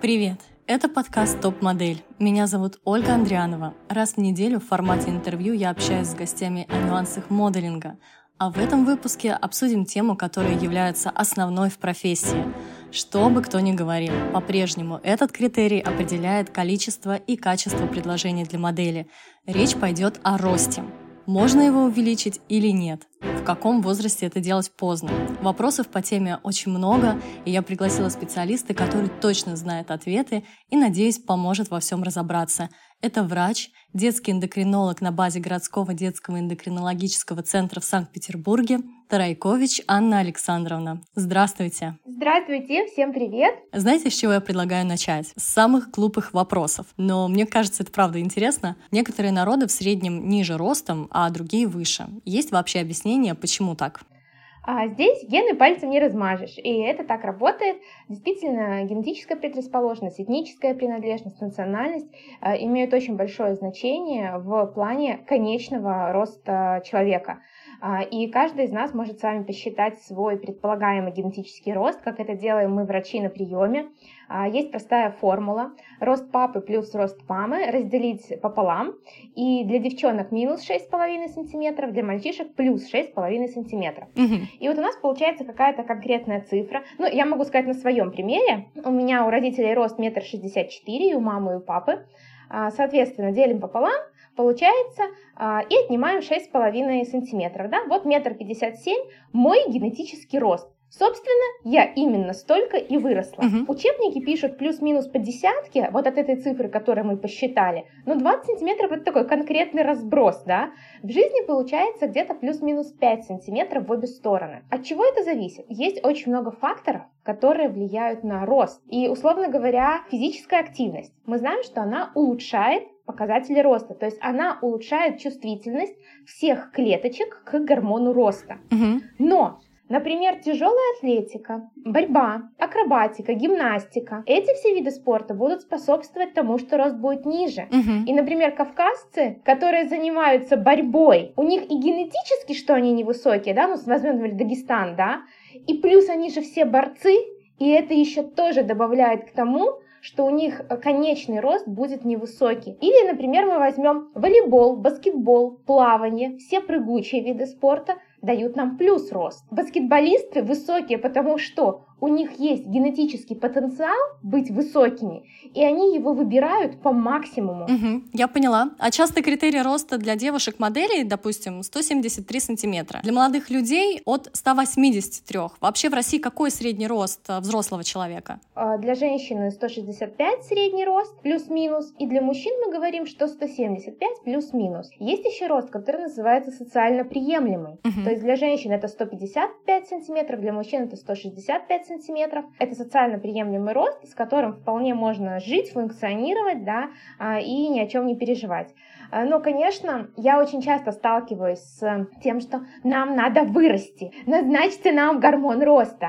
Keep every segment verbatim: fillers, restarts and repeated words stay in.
Привет! Это подкаст «Топ-модель». Меня зовут Ольга Андрианова. Раз в неделю в формате интервью я общаюсь с гостями о нюансах моделинга. А в этом выпуске обсудим тему, которая является основной в профессии. Что бы кто ни говорил, по-прежнему этот критерий определяет количество и качество предложений для модели. Речь пойдет о росте. Можно его увеличить или нет? В каком возрасте это делать поздно? Вопросов по теме очень много, и я пригласила специалиста, который точно знает ответы и, надеюсь, поможет во всем разобраться. Это врач, детский эндокринолог на базе городского детского эндокринологического центра в Санкт-Петербурге Тарайкович Анна Александровна. Здравствуйте! Здравствуйте, всем привет! Знаете, с чего я предлагаю начать? С самых глупых вопросов. Но мне кажется, это правда интересно. Некоторые народы в среднем ниже ростом, а другие выше. Есть вообще объяснение, почему так? А здесь гены пальцем не размажешь, и это так работает. Действительно, генетическая предрасположенность, этническая принадлежность, национальность э, имеют очень большое значение в плане конечного роста человека. И каждый из нас может с вами посчитать свой предполагаемый генетический рост, как это делаем мы, врачи, на приеме. Есть простая формула. Рост папы плюс рост мамы разделить пополам. И для девчонок минус шесть с половиной сантиметров, для мальчишек плюс шесть с половиной сантиметров. Угу. И вот у нас получается какая-то конкретная цифра. Ну, я могу сказать на своем примере. У меня у родителей рост метр шестьдесят четыре, и у мамы, и у папы. Соответственно, делим пополам. Получается, и отнимаем шесть с половиной сантиметров. Да? Вот метр пятьдесят семь мой генетический рост. Собственно, я именно столько и выросла. Uh-huh. Учебники пишут плюс-минус по десятке, вот от этой цифры, которую мы посчитали. Но двадцать сантиметров это такой конкретный разброс, да? В жизни получается где-то плюс-минус пять сантиметров в обе стороны. От чего это зависит? Есть очень много факторов, которые влияют на рост. И, условно говоря, физическая активность. Мы знаем, что она улучшает показатели роста, то есть она улучшает чувствительность всех клеточек к гормону роста. Uh-huh. Но например, тяжелая атлетика, борьба, акробатика, гимнастика. Эти все виды спорта будут способствовать тому, что рост будет ниже. Uh-huh. И, например, кавказцы, которые занимаются борьбой, у них и генетически, что они невысокие, да, ну, возьмем, например, Дагестан, да, и плюс они же все борцы, и это еще тоже добавляет к тому, что у них конечный рост будет невысокий. Или, например, мы возьмем волейбол, баскетбол, плавание, все прыгучие виды спорта дают нам плюс рост. Баскетболисты высокие, потому что у них есть генетический потенциал быть высокими, и они его выбирают по максимуму. Угу, я поняла. А частый критерий роста для девушек-моделей, допустим, сто семьдесят три сантиметра. Для молодых людей от ста восьмидесяти трёх. Вообще в России какой средний рост взрослого человека? Для женщины сто шестьдесят пять средний рост, плюс-минус. И для мужчин мы говорим, что сто семьдесят пять плюс-минус. Есть еще рост, который называется социально приемлемый. Угу. То есть для женщин это сто пятьдесят пять сантиметров, для мужчин это сто шестьдесят пять сантиметров. Это социально приемлемый рост, с которым вполне можно жить, функционировать, да, и ни о чем не переживать. Но, конечно, я очень часто сталкиваюсь с тем, что нам надо вырасти, назначьте нам гормон роста.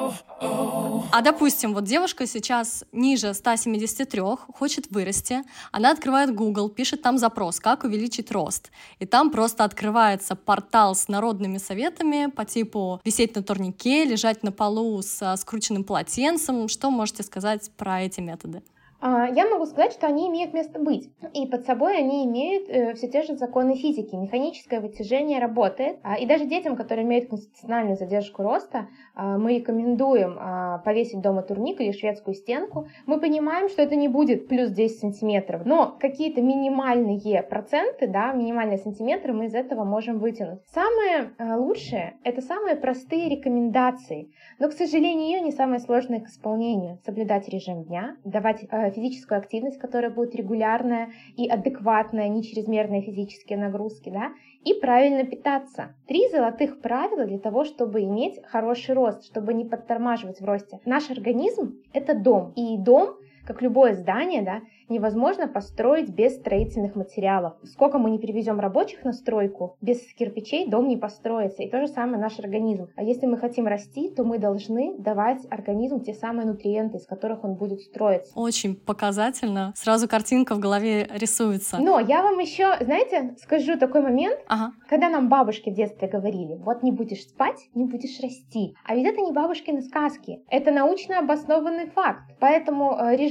А допустим, вот девушка сейчас ниже ста семидесяти трёх, хочет вырасти, она открывает Google, пишет там запрос «Как увеличить рост?». И там просто открывается портал с народными советами по типу висеть на турнике, лежать на полу с скрученным полотенцем. Что можете сказать про эти методы? Я могу сказать, что они имеют место быть, и под собой они имеют э, все те же законы физики. Механическое вытяжение работает, а, и даже детям, которые имеют конституциональную задержку роста, а, мы рекомендуем а, повесить дома турник или шведскую стенку. Мы понимаем, что это не будет плюс десять сантиметров, но какие-то минимальные проценты, да, минимальные сантиметры мы из этого можем вытянуть. Самое а, лучшее — это самые простые рекомендации, но, к сожалению, не самые сложные к исполнению. Соблюдать режим дня, давать а, физическую активность, которая будет регулярная и адекватная, не чрезмерные физические нагрузки, да, и правильно питаться. Три золотых правила для того, чтобы иметь хороший рост, чтобы не подтормаживать в росте. Наш организм — это дом, и дом, как любое здание, да, невозможно построить без строительных материалов. Сколько мы не привезем рабочих на стройку, без кирпичей дом не построится. И то же самое наш организм. А если мы хотим расти, то мы должны давать организму те самые нутриенты, из которых он будет строиться. Очень показательно. Сразу картинка в голове рисуется. Но я вам еще, знаете, скажу такой момент, ага. когда нам бабушки в детстве говорили: вот не будешь спать, не будешь расти. А ведь это не бабушкины сказки. Это научно обоснованный факт. Поэтому режим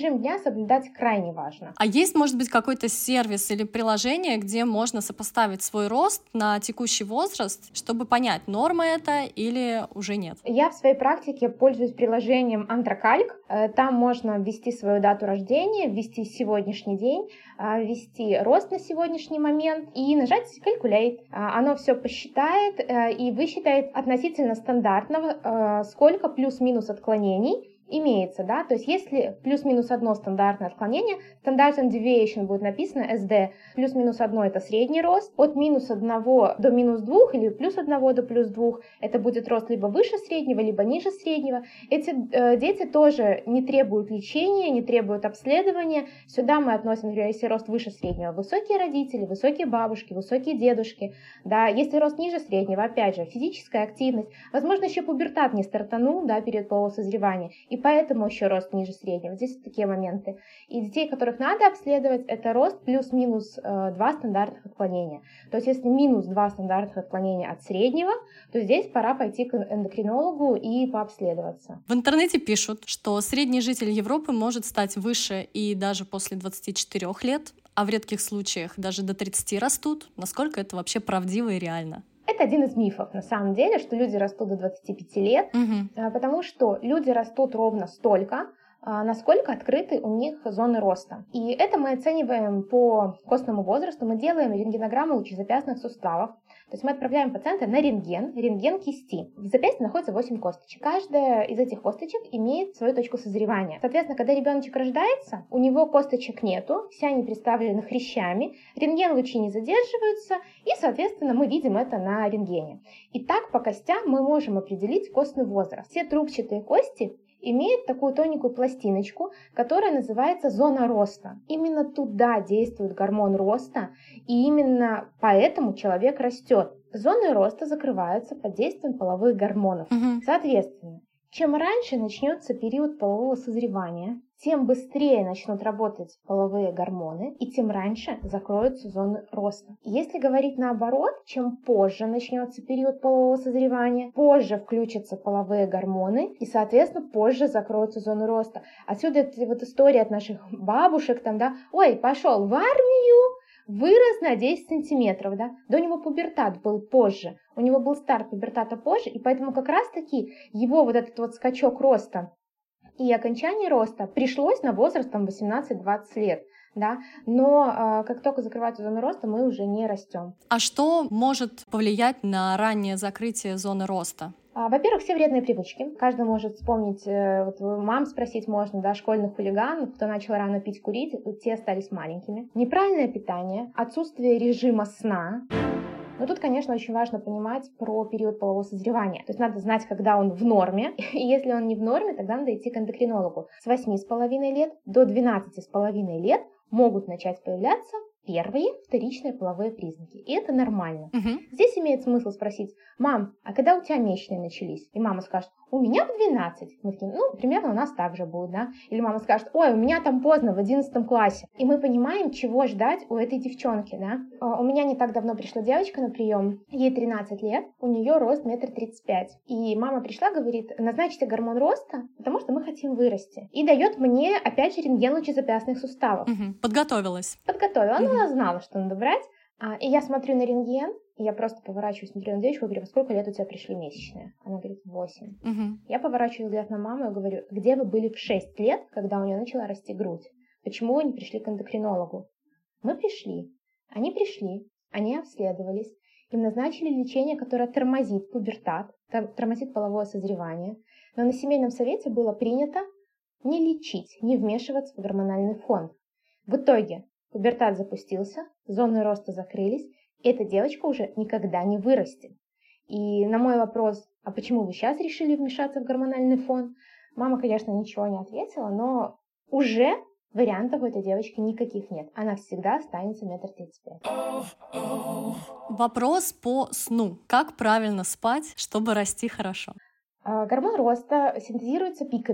режим дня соблюдать крайне важно. А есть, может быть, какой-то сервис или приложение, где можно сопоставить свой рост на текущий возраст, чтобы понять, норма это или уже нет? Я в своей практике пользуюсь приложением Антрокальк. Там можно ввести свою дату рождения, ввести сегодняшний день, ввести рост на сегодняшний момент и нажать Calculate. Оно все посчитает и высчитает относительно стандартного, сколько плюс-минус отклонений имеется, да, то есть если плюс-минус одно стандартное отклонение, Standard Deviation будет написано эс ди, плюс-минус одно это средний рост, от минус одного до минус двух или плюс одного до плюс двух это будет рост либо выше среднего, либо ниже среднего. Эти э, дети тоже не требуют лечения, не требуют обследования. Сюда мы относим, например, если рост выше среднего, высокие родители, высокие бабушки, высокие дедушки, да, если рост ниже среднего, опять же, физическая активность, возможно, еще пубертат не стартанул, да, перед полового созревания, и поэтому еще рост ниже среднего. Здесь такие моменты. И детей, которых надо обследовать, это рост плюс-минус э, два стандартных отклонения. То есть если минус два стандартных отклонения от среднего, то здесь пора пойти к эндокринологу и пообследоваться. В интернете пишут, что средний житель Европы может стать выше и даже после двадцати четырёх лет, а в редких случаях даже до тридцати растут. Насколько это вообще правдиво и реально? Это один из мифов, на самом деле, что люди растут до двадцати пяти лет, угу. потому что люди растут ровно столько, насколько открыты у них зоны роста. И это мы оцениваем по костному возрасту. Мы делаем рентгенограмму лучезапястных суставов. То есть мы отправляем пациента на рентген, рентген кисти. В запястье находится восемь косточек. Каждая из этих косточек имеет свою точку созревания. Соответственно, когда ребеночек рождается, у него косточек нету, все они представлены хрящами, рентген-лучи не задерживаются, и, соответственно, мы видим это на рентгене. И так по костям мы можем определить костный возраст. Все трубчатые кости имеет такую тоненькую пластиночку, которая называется зона роста. Именно туда действует гормон роста, и именно поэтому человек растет. Зоны роста закрываются под действием половых гормонов. Угу. Соответственно, чем раньше начнется период полового созревания, тем быстрее начнут работать половые гормоны, и тем раньше закроются зоны роста. Если говорить наоборот, чем позже начнется период полового созревания, позже включатся половые гормоны, и, соответственно, позже закроются зоны роста. Отсюда эта вот история от наших бабушек, там, да, ой, пошел в армию, вырос на десять сантиметров, да, до него пубертат был позже, у него был старт пубертата позже, и поэтому как раз-таки его вот этот вот скачок роста и окончание роста пришлось на возраст там восемнадцать-двадцать лет, да, но э, как только закрывается зона роста, мы уже не растем. А что может повлиять на раннее закрытие зоны роста? Во-первых, все вредные привычки. Каждый может вспомнить, вот мам спросить можно, да, школьных хулиганов, кто начал рано пить, курить, те остались маленькими. Неправильное питание, отсутствие режима сна. Но тут, конечно, очень важно понимать про период полового созревания. То есть надо знать, когда он в норме, и если он не в норме, тогда надо идти к эндокринологу. С восьми с половиной лет до двенадцати с половиной лет могут начать появляться первые вторичные половые признаки. И это нормально. Угу. Здесь имеет смысл спросить: мам, а когда у тебя месячные начались? И мама скажет: у меня в двенадцать. Мы такие, ну, примерно у нас так же будет, да? Или мама скажет: ой, у меня там поздно, в одиннадцатом классе. И мы понимаем, чего ждать у этой девчонки, да? У меня не так давно пришла девочка на прием, ей тринадцать лет, у нее рост метр тридцать пять. И мама пришла, говорит: назначьте гормон роста, потому что мы хотим вырасти. И дает мне, опять же, рентген лучезапястных суставов. Угу. Подготовилась. Подготовила. Угу. Она знала, что надо брать. А, и я смотрю на рентген, и я просто поворачиваюсь, смотрю на девочку и говорю: во сколько лет у тебя пришли месячные? Она говорит: восемь. Угу. Я поворачиваю взгляд на маму и говорю: где вы были в шесть лет, когда у нее начала расти грудь? Почему вы не пришли к эндокринологу? Мы пришли. Они пришли, они обследовались, им назначили лечение, которое тормозит пубертат, тормозит половое созревание. Но на семейном совете было принято не лечить, не вмешиваться в гормональный фон. В итоге пубертат запустился, зоны роста закрылись, и эта девочка уже никогда не вырастет. И на мой вопрос: а почему вы сейчас решили вмешаться в гормональный фон? Мама, конечно, ничего не ответила, но уже вариантов у этой девочки никаких нет. Она всегда останется метр тридцать пять. Вопрос по сну. Как правильно спать, чтобы расти хорошо? Гормон роста синтезируется пиками.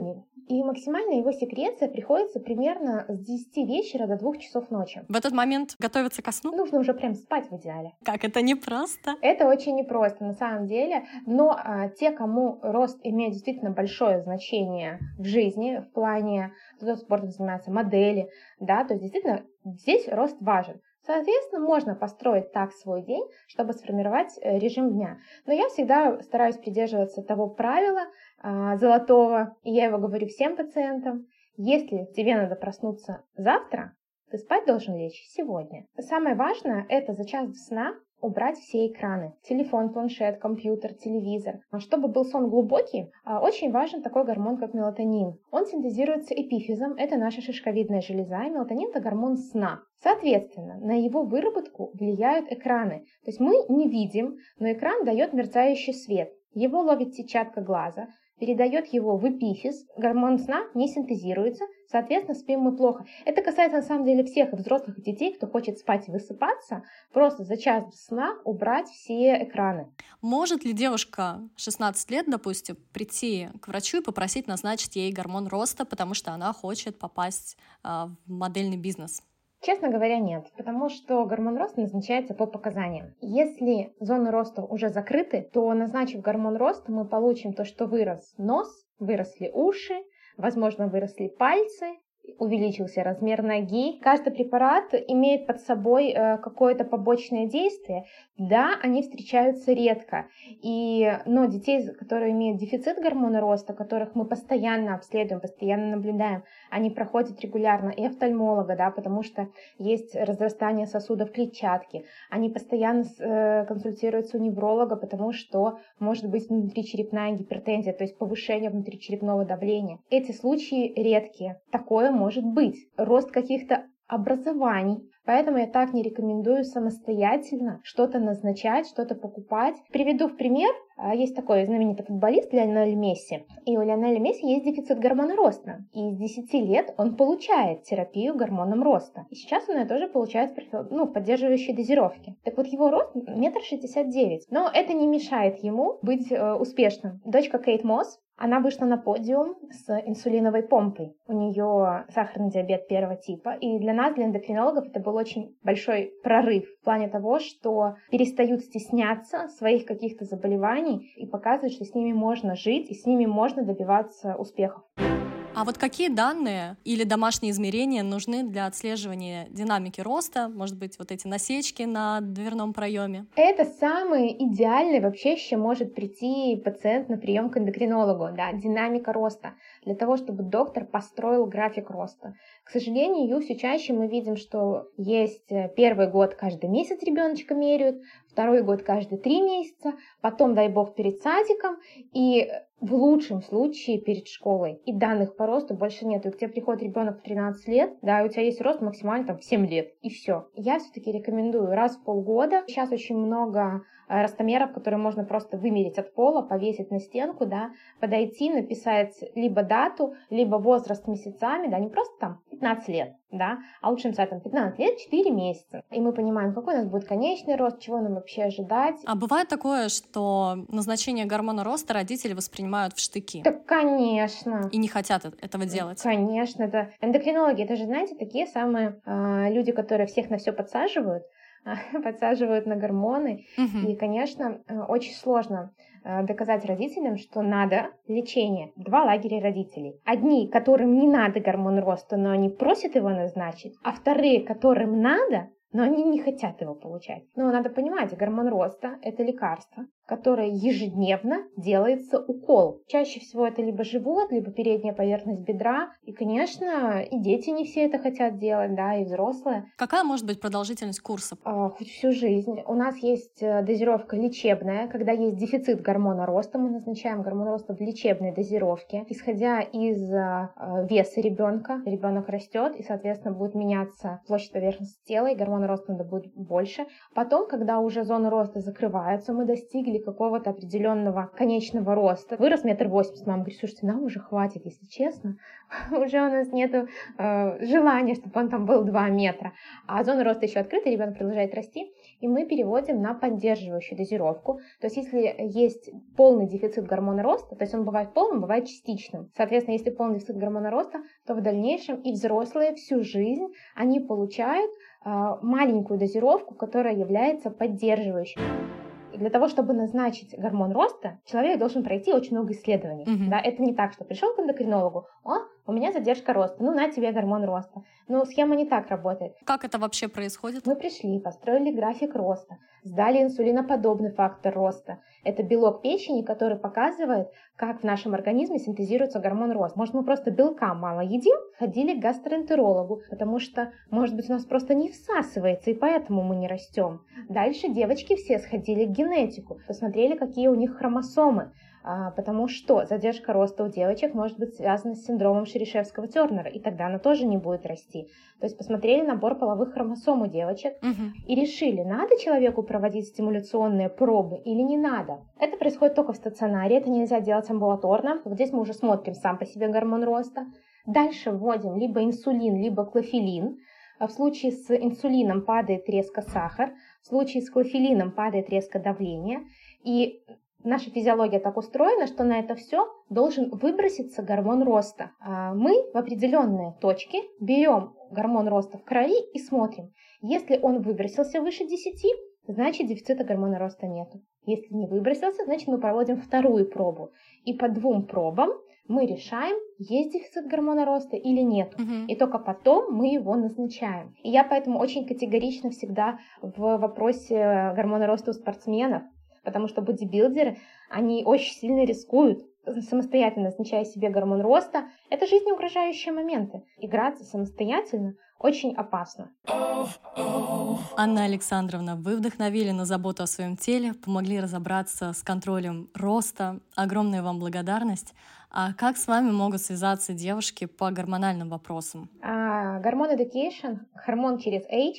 И максимально его секреция приходится примерно с десяти вечера до двух часов ночи. В этот момент готовиться ко сну? Нужно уже прям спать в идеале. Как это непросто? Это очень непросто на самом деле, но а, те, кому рост имеет действительно большое значение в жизни, в плане, кто спортом занимается, модели, да, то есть действительно здесь рост важен. Соответственно, можно построить так свой день, чтобы сформировать режим дня. Но я всегда стараюсь придерживаться того правила а, золотого, и я его говорю всем пациентам: если тебе надо проснуться завтра, ты спать должен лечь сегодня. Самое важное — это за час до сна убрать все экраны. Телефон, планшет, компьютер, телевизор. Чтобы был сон глубокий, очень важен такой гормон, как мелатонин. Он синтезируется эпифизом, это наша шишковидная железа, и мелатонин — это гормон сна. Соответственно, на его выработку влияют экраны. То есть мы не видим, но экран дает мерцающий свет. Его ловит сетчатка глаза, передает его в эпифиз, гормон сна не синтезируется, соответственно, спим мы плохо. Это касается на самом деле всех, и взрослых, и детей, кто хочет спать и высыпаться, просто за час до сна убрать все экраны. Может ли девушка шестнадцать лет, допустим, прийти к врачу и попросить назначить ей гормон роста, потому что она хочет попасть э, в модельный бизнес? Честно говоря, нет, потому что гормон роста назначается по показаниям. Если зоны роста уже закрыты, то, назначив гормон роста, мы получим то, что вырос нос, выросли уши, возможно, выросли пальцы, увеличился размер ноги. Каждый препарат имеет под собой э, какое-то побочное действие. Да, они встречаются редко. И, но детей, которые имеют дефицит гормона роста, которых мы постоянно обследуем, постоянно наблюдаем, они проходят регулярно и офтальмолога, да, потому что есть разрастание сосудов клетчатки. Они постоянно э, консультируются у невролога, потому что может быть внутричерепная гипертензия, то есть повышение внутричерепного давления. Эти случаи редкие. Такое может быть. Рост каких-то образований. Поэтому я так не рекомендую самостоятельно что-то назначать, что-то покупать. Приведу в пример. Есть такой знаменитый футболист Лионель Месси. И у Лионеля Месси есть дефицит гормона роста. И с десяти лет он получает терапию гормоном роста. И сейчас он ее тоже получает ну, в поддерживающей дозировке. Так вот, его рост метр шестьдесят девять. Но это не мешает ему быть э, успешным. Дочка Кейт Мосс, она вышла на подиум с инсулиновой помпой. У нее сахарный диабет первого типа. И для нас, для эндокринологов, это был очень большой прорыв в плане того, что перестают стесняться своих каких-то заболеваний и показывают, что с ними можно жить и с ними можно добиваться успехов. А вот какие данные или домашние измерения нужны для отслеживания динамики роста? Может быть, вот эти насечки на дверном проеме? Это самый идеальный вообще, с чем может прийти пациент на прием к эндокринологу, да, динамика роста, для того, чтобы доктор построил график роста. К сожалению, все чаще мы видим, что есть первый год каждый месяц ребеночка меряют, второй год каждые три месяца, потом, дай бог, перед садиком и в лучшем случае перед школой. И данных по росту больше нет. И к тебе приходит ребенок в тринадцать лет, да, и у тебя есть рост максимально там в семь лет, и все. Я все-таки рекомендую раз в полгода. Сейчас очень много ростомеров, которые можно просто вымерить от пола, повесить на стенку, да, подойти, написать либо дату, либо возраст месяцами, да, не просто там пятнадцать лет, да, а лучше написать там пятнадцать лет, четыре месяца. И мы понимаем, какой у нас будет конечный рост, чего нам вообще ожидать. А бывает такое, что назначение гормона роста родители воспринимают в штыки? Да, конечно. И не хотят этого делать? Конечно, это эндокринологи, это же, знаете, такие самые э, люди, которые всех на все подсаживают, подсаживают на гормоны. Угу. И, конечно, очень сложно доказать родителям, что надо лечение. Два лагеря родителей. Одни, которым не надо гормон роста, но они просят его назначить, а вторые, которым надо, но они не хотят его получать. Но надо понимать, гормон роста – это лекарство, которое ежедневно делается укол. Чаще всего это либо живот, либо передняя поверхность бедра. И, конечно, и дети не все это хотят делать, да, и взрослые. Какая может быть продолжительность курса? А, хоть всю жизнь. У нас есть дозировка лечебная. Когда есть дефицит гормона роста, мы назначаем гормон роста в лечебной дозировке. Исходя из веса ребенка, ребенок растет, и, соответственно, будет меняться площадь поверхности тела, и гормон роста надо будет больше. Потом, когда уже зоны роста закрываются, мы достигли достигли какого-то определенного конечного роста. Вырос метр восемьдесят. Мама говорит, слушайте, нам уже хватит, если честно. Уже у нас нет э, желания, чтобы он там был два метра. А зона роста еще открыта, ребенок продолжает расти. И мы переводим на поддерживающую дозировку. То есть если есть полный дефицит гормона роста, то есть он бывает полным, бывает частичным. Соответственно, если полный дефицит гормона роста, то в дальнейшем и взрослые всю жизнь они получают э, маленькую дозировку, которая является поддерживающей. И для того, чтобы назначить гормон роста, человек должен пройти очень много исследований. Mm-hmm. Да? Это не так, что пришел к эндокринологу, о, у меня задержка роста, ну на тебе гормон роста. Но схема не так работает. Как это вообще происходит? Мы пришли, построили график роста, сдали инсулиноподобный фактор роста. Это белок печени, который показывает, как в нашем организме синтезируется гормон роста. Может, мы просто белка мало едим? Ходили к гастроэнтерологу, потому что, может быть, у нас просто не всасывается, и поэтому мы не растем. Дальше девочки все сходили к генетику, посмотрели, какие у них хромосомы. А, потому что задержка роста у девочек может быть связана с синдромом Шерешевского-Тернера, и тогда она тоже не будет расти. То есть посмотрели набор половых хромосом у девочек угу. и решили, надо человеку проводить стимуляционные пробы или не надо. Это происходит только в стационаре, это нельзя делать амбулаторно. Вот здесь мы уже смотрим сам по себе гормон роста. Дальше вводим либо инсулин, либо клофелин. В случае с инсулином падает резко сахар, в случае с клофелином падает резко давление. И наша физиология так устроена, что на это все должен выброситься гормон роста. Мы в определенные точки берем гормон роста в крови и смотрим. Если он выбросился выше десяти, значит дефицита гормона роста нету. Если не выбросился, значит мы проводим вторую пробу. И по двум пробам мы решаем, есть дефицит гормона роста или нет. Uh-huh. И только потом мы его назначаем. И я поэтому очень категорична всегда в вопросе гормона роста у спортсменов. Потому что бодибилдеры, они очень сильно рискуют, самостоятельно назначая себе гормон роста. Это жизнеугрожающие моменты. Играться самостоятельно очень опасно. Анна Александровна, вы вдохновили на заботу о своем теле, помогли разобраться с контролем роста. Огромная вам благодарность. А как с вами могут связаться девушки по гормональным вопросам? А, гормон Education, гормон через H.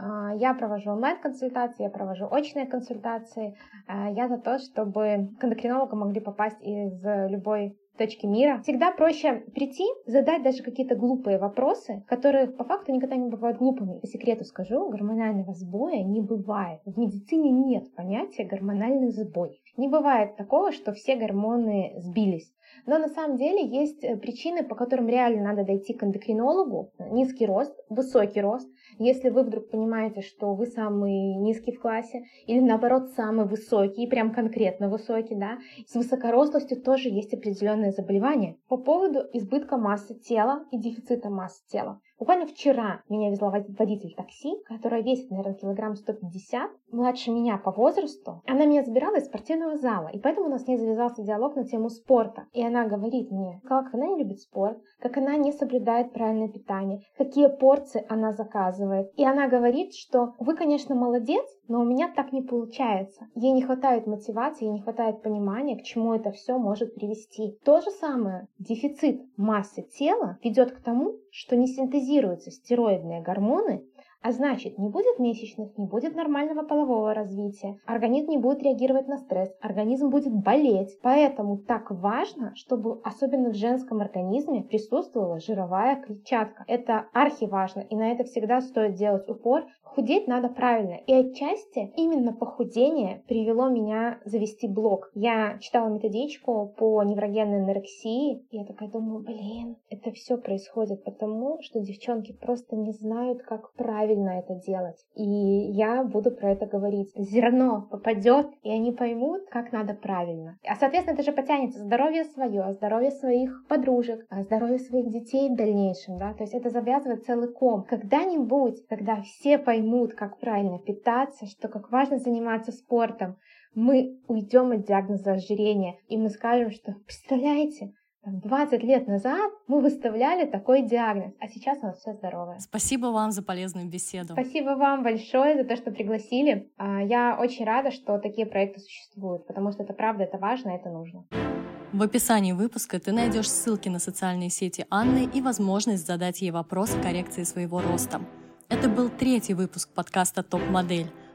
Я провожу онлайн-консультации, я провожу очные консультации. Я за то, чтобы к эндокринологу могли попасть из любой точки мира. Всегда проще прийти, задать даже какие-то глупые вопросы, которые по факту никогда не бывают глупыми. По секрету скажу, гормонального сбоя не бывает. В медицине нет понятия гормональный сбой. Не бывает такого, что все гормоны сбились. Но на самом деле есть причины, по которым реально надо дойти к эндокринологу. Низкий рост, высокий рост. Если вы вдруг понимаете, что вы самый низкий в классе, или наоборот самый высокий, прям конкретно высокий, да, с высокорослостью тоже есть определенные заболевания. По поводу избытка массы тела и дефицита массы тела. Буквально вчера меня везла водитель такси, которая весит, наверное, килограмм сто пятьдесят, младше меня по возрасту. Она меня забирала из спортивного зала, и поэтому у нас с ней завязался диалог на тему спорта. И она говорит мне, как она не любит спорт, как она не соблюдает правильное питание, какие порции она заказывает. И она говорит, что вы, конечно, молодец, но у меня так не получается. Ей не хватает мотивации, ей не хватает понимания, к чему это все может привести. То же самое, дефицит массы тела ведет к тому, что не синтезируются стероидные гормоны, а значит, не будет месячных, не будет нормального полового развития, организм не будет реагировать на стресс, организм будет болеть. Поэтому так важно, чтобы особенно в женском организме присутствовала жировая клетчатка. Это архиважно, и на это всегда стоит делать упор. Худеть надо правильно. И отчасти именно похудение привело меня завести блог. Я читала методичку по неврогенной анорексии, и я такая думаю, блин, это все происходит потому, что девчонки просто не знают, как правильно это делать. И я буду про это говорить. Зерно попадет, и они поймут, как надо правильно. А, соответственно, это же потянется здоровье свое, здоровье своих подружек, здоровье своих детей в дальнейшем, да, то есть это завязывает целый ком. Когда-нибудь, когда все поймут, как правильно питаться, что как важно заниматься спортом, мы уйдем от диагноза ожирения, и мы скажем, что, представляете, двадцать лет назад мы выставляли такой диагноз, а сейчас у нас все здоровое. Спасибо вам за полезную беседу. Спасибо вам большое за то, что пригласили. Я очень рада, что такие проекты существуют, потому что это правда, это важно, это нужно. В описании выпуска ты найдешь ссылки на социальные сети Анны и возможность задать ей вопрос коррекции своего роста. Это был третий выпуск подкаста «Топ-модель».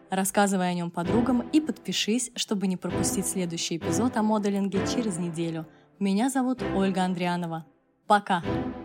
Рассказывай о нем подругам и подпишись, чтобы не пропустить следующий эпизод о моделинге через неделю. Меня зовут Ольга Андрианова. Пока!